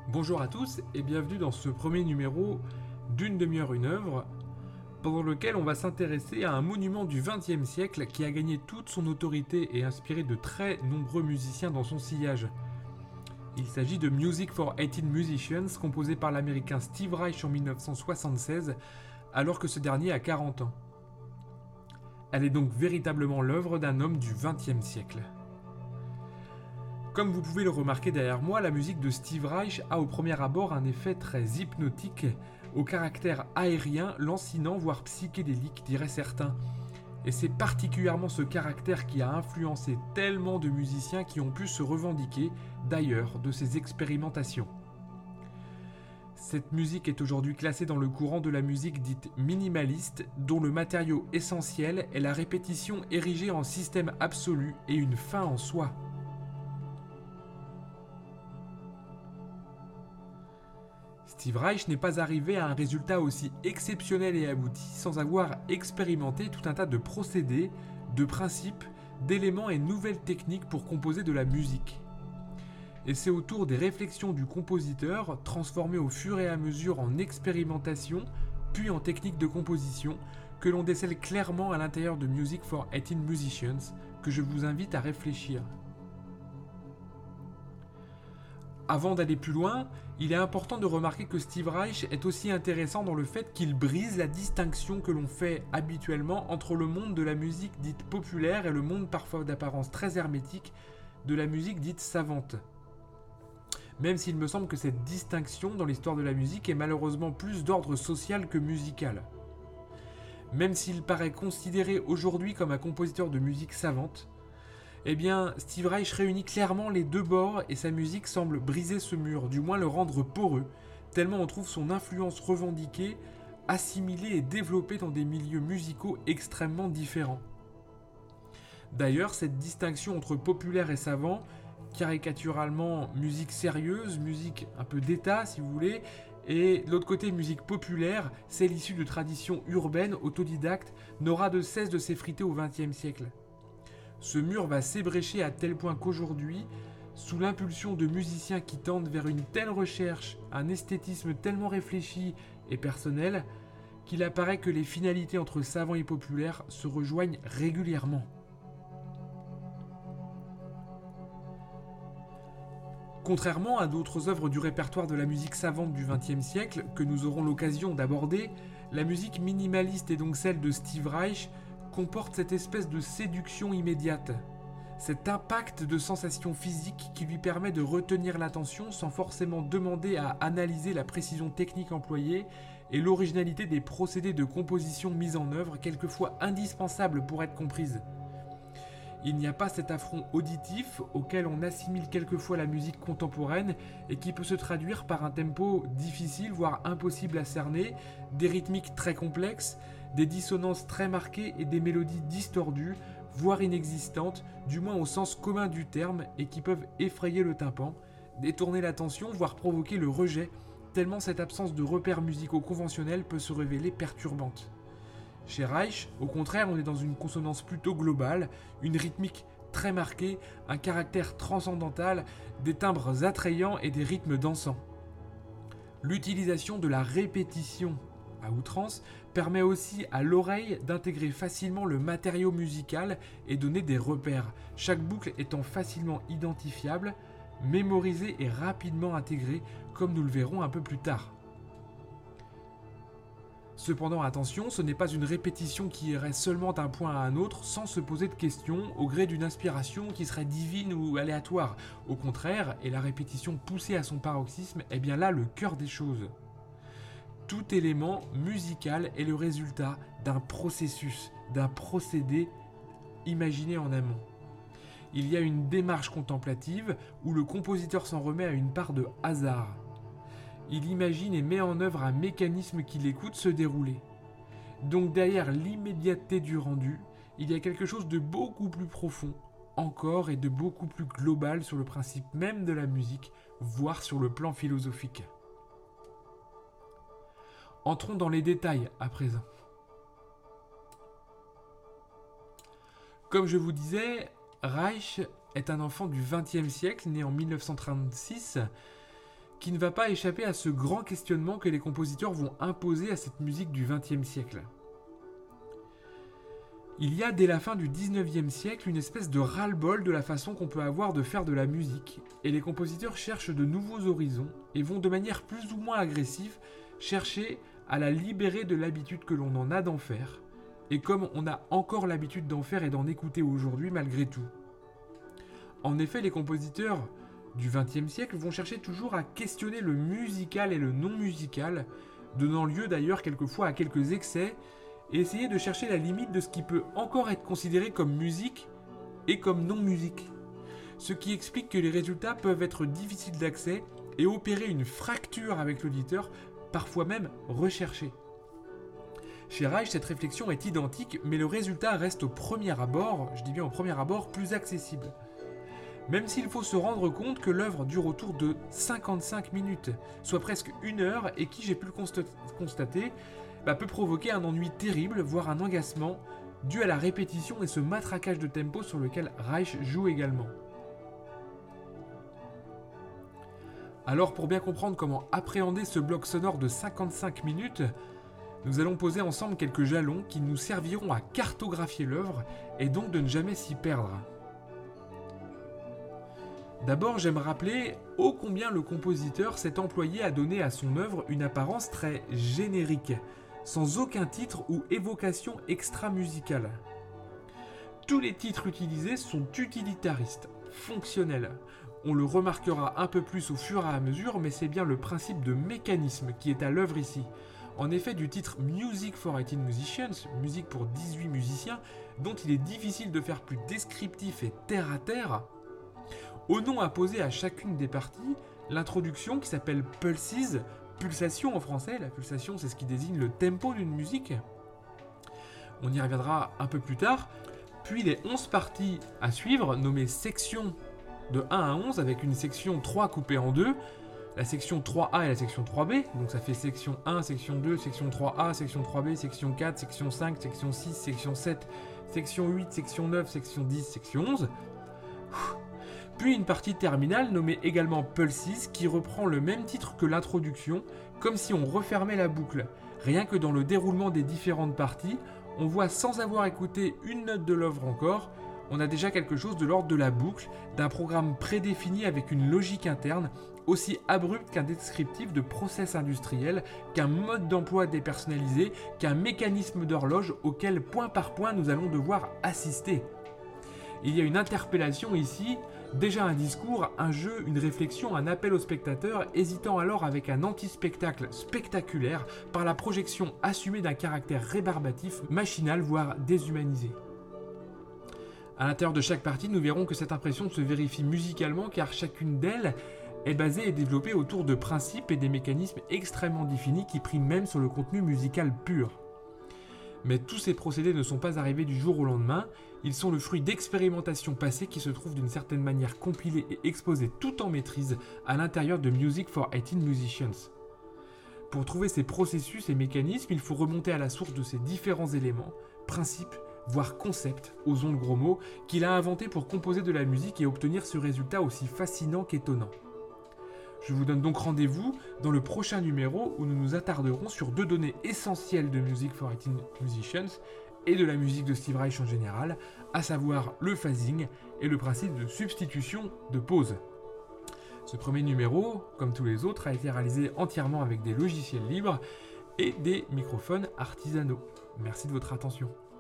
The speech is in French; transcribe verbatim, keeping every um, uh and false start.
Bonjour à tous et bienvenue dans ce premier numéro d'une demi-heure une œuvre, pendant lequel on va s'intéresser à un monument du vingtième siècle qui a gagné toute son autorité et inspiré de très nombreux musiciens dans son sillage. Il s'agit de Music for eighteen Musicians, composé par l'américain Steve Reich en dix-neuf cent soixante-seize, alors que ce dernier a quarante ans. Elle est donc véritablement l'œuvre d'un homme du vingtième siècle. Comme vous pouvez le remarquer derrière moi, la musique de Steve Reich a au premier abord un effet très hypnotique, au caractère aérien, lancinant, voire psychédélique, diraient certains. Et c'est particulièrement ce caractère qui a influencé tellement de musiciens qui ont pu se revendiquer, d'ailleurs, de ces expérimentations. Cette musique est aujourd'hui classée dans le courant de la musique dite minimaliste, dont le matériau essentiel est la répétition érigée en système absolu et une fin en soi. Steve Reich n'est pas arrivé à un résultat aussi exceptionnel et abouti sans avoir expérimenté tout un tas de procédés, de principes, d'éléments et nouvelles techniques pour composer de la musique. Et c'est autour des réflexions du compositeur, transformées au fur et à mesure en expérimentation, puis en technique de composition, que l'on décèle clairement à l'intérieur de Music for eighteen Musicians, que je vous invite à réfléchir. Avant d'aller plus loin, il est important de remarquer que Steve Reich est aussi intéressant dans le fait qu'il brise la distinction que l'on fait habituellement entre le monde de la musique dite populaire et le monde parfois d'apparence très hermétique de la musique dite savante. Même s'il me semble que cette distinction dans l'histoire de la musique est malheureusement plus d'ordre social que musical. Même s'il paraît considéré aujourd'hui comme un compositeur de musique savante, eh bien, Steve Reich réunit clairement les deux bords et sa musique semble briser ce mur, du moins le rendre poreux, tellement on trouve son influence revendiquée, assimilée et développée dans des milieux musicaux extrêmement différents. D'ailleurs, cette distinction entre populaire et savant, caricaturalement musique sérieuse, musique un peu d'état si vous voulez, et de l'autre côté musique populaire, celle issue de traditions urbaines, autodidactes, n'aura de cesse de s'effriter au vingtième siècle. Ce mur va s'ébrécher à tel point qu'aujourd'hui, sous l'impulsion de musiciens qui tendent vers une telle recherche, un esthétisme tellement réfléchi et personnel, qu'il apparaît que les finalités entre savants et populaires se rejoignent régulièrement. Contrairement à d'autres œuvres du répertoire de la musique savante du vingtième siècle, que nous aurons l'occasion d'aborder, la musique minimaliste et donc celle de Steve Reich comporte cette espèce de séduction immédiate, cet impact de sensations physiques qui lui permet de retenir l'attention sans forcément demander à analyser la précision technique employée et l'originalité des procédés de composition mis en œuvre, quelquefois indispensables pour être comprises. Il n'y a pas cet affront auditif auquel on assimile quelquefois la musique contemporaine et qui peut se traduire par un tempo difficile, voire impossible à cerner, des rythmiques très complexes, des dissonances très marquées et des mélodies distordues, voire inexistantes, du moins au sens commun du terme, et qui peuvent effrayer le tympan, détourner l'attention, voire provoquer le rejet, tellement cette absence de repères musicaux conventionnels peut se révéler perturbante. Chez Reich, au contraire, on est dans une consonance plutôt globale, une rythmique très marquée, un caractère transcendantal, des timbres attrayants et des rythmes dansants. L'utilisation de la répétition à outrance permet aussi à l'oreille d'intégrer facilement le matériau musical et donner des repères, chaque boucle étant facilement identifiable, mémorisée et rapidement intégrée, comme nous le verrons un peu plus tard. Cependant, attention, ce n'est pas une répétition qui irait seulement d'un point à un autre sans se poser de questions au gré d'une inspiration qui serait divine ou aléatoire. Au contraire, et la répétition poussée à son paroxysme est bien là le cœur des choses. Tout élément musical est le résultat d'un processus, d'un procédé imaginé en amont. Il y a une démarche contemplative où le compositeur s'en remet à une part de hasard. Il imagine et met en œuvre un mécanisme qu'il écoute se dérouler. Donc derrière l'immédiateté du rendu, il y a quelque chose de beaucoup plus profond, encore et de beaucoup plus global sur le principe même de la musique, voire sur le plan philosophique. Entrons dans les détails à présent. Comme je vous disais, Reich est un enfant du vingtième siècle, né en mille neuf cent trente-six, qui ne va pas échapper à ce grand questionnement que les compositeurs vont imposer à cette musique du vingtième siècle. Il y a dès la fin du dix-neuvième siècle une espèce de ras-le-bol de la façon qu'on peut avoir de faire de la musique, et les compositeurs cherchent de nouveaux horizons et vont de manière plus ou moins agressive chercher à la libérer de l'habitude que l'on en a d'en faire, et comme on a encore l'habitude d'en faire et d'en écouter aujourd'hui malgré tout. En effet, les compositeurs du vingtième siècle vont chercher toujours à questionner le musical et le non-musical, donnant lieu d'ailleurs quelquefois à quelques excès, et essayer de chercher la limite de ce qui peut encore être considéré comme musique et comme non-musique. Ce qui explique que les résultats peuvent être difficiles d'accès et opérer une fracture avec l'auditeur, parfois même recherchée. Chez Reich, cette réflexion est identique, mais le résultat reste au premier abord, je dis bien au premier abord, plus accessible. Même s'il faut se rendre compte que l'œuvre dure autour de cinquante-cinq minutes, soit presque une heure, et qui, j'ai pu le constat- constater, bah, peut provoquer un ennui terrible, voire un agacement, dû à la répétition et ce matraquage de tempo sur lequel Reich joue également. Alors, pour bien comprendre comment appréhender ce bloc sonore de cinquante-cinq minutes, nous allons poser ensemble quelques jalons qui nous serviront à cartographier l'œuvre et donc de ne jamais s'y perdre. D'abord, j'aime rappeler ô combien le compositeur s'est employé à donner à son œuvre une apparence très générique, sans aucun titre ou évocation extra-musicale. Tous les titres utilisés sont utilitaristes, fonctionnels. On le remarquera un peu plus au fur et à mesure, mais c'est bien le principe de mécanisme qui est à l'œuvre ici. En effet, du titre Music for eighteen Musicians, musique pour dix-huit musiciens, dont il est difficile de faire plus descriptif et terre à terre, au nom imposé à chacune des parties, l'introduction qui s'appelle Pulses, pulsation en français, la pulsation c'est ce qui désigne le tempo d'une musique. On y reviendra un peu plus tard, puis les onze parties à suivre, nommées sections de un à onze, avec une section trois coupée en deux, la section trois A et la section trois B, donc ça fait section un, section deux, section trois A, section trois B, section quatre, section cinq, section six, section sept, section huit, section neuf, section dix, section onze. Puis une partie terminale nommée également Pulses qui reprend le même titre que l'introduction, comme si on refermait la boucle. Rien que dans le déroulement des différentes parties, on voit sans avoir écouté une note de l'œuvre encore, on a déjà quelque chose de l'ordre de la boucle, d'un programme prédéfini avec une logique interne, aussi abrupte qu'un descriptif de process industriel, qu'un mode d'emploi dépersonnalisé, qu'un mécanisme d'horloge auquel point par point nous allons devoir assister. Il y a une interpellation ici, déjà un discours, un jeu, une réflexion, un appel au spectateur, hésitant alors avec un anti-spectacle spectaculaire par la projection assumée d'un caractère rébarbatif, machinal, voire déshumanisé. À l'intérieur de chaque partie, nous verrons que cette impression se vérifie musicalement car chacune d'elles est basée et développée autour de principes et des mécanismes extrêmement définis qui priment même sur le contenu musical pur. Mais tous ces procédés ne sont pas arrivés du jour au lendemain, ils sont le fruit d'expérimentations passées qui se trouvent d'une certaine manière compilées et exposées tout en maîtrise à l'intérieur de Music for eighteen Musicians. Pour trouver ces processus et mécanismes, il faut remonter à la source de ces différents éléments, principes, voire concepts, osons le gros mot, qu'il a inventés pour composer de la musique et obtenir ce résultat aussi fascinant qu'étonnant. Je vous donne donc rendez-vous dans le prochain numéro où nous nous attarderons sur deux données essentielles de Music for eighteen Musicians et de la musique de Steve Reich en général, à savoir le phasing et le principe de substitution de pause. Ce premier numéro, comme tous les autres, a été réalisé entièrement avec des logiciels libres et des microphones artisanaux. Merci de votre attention.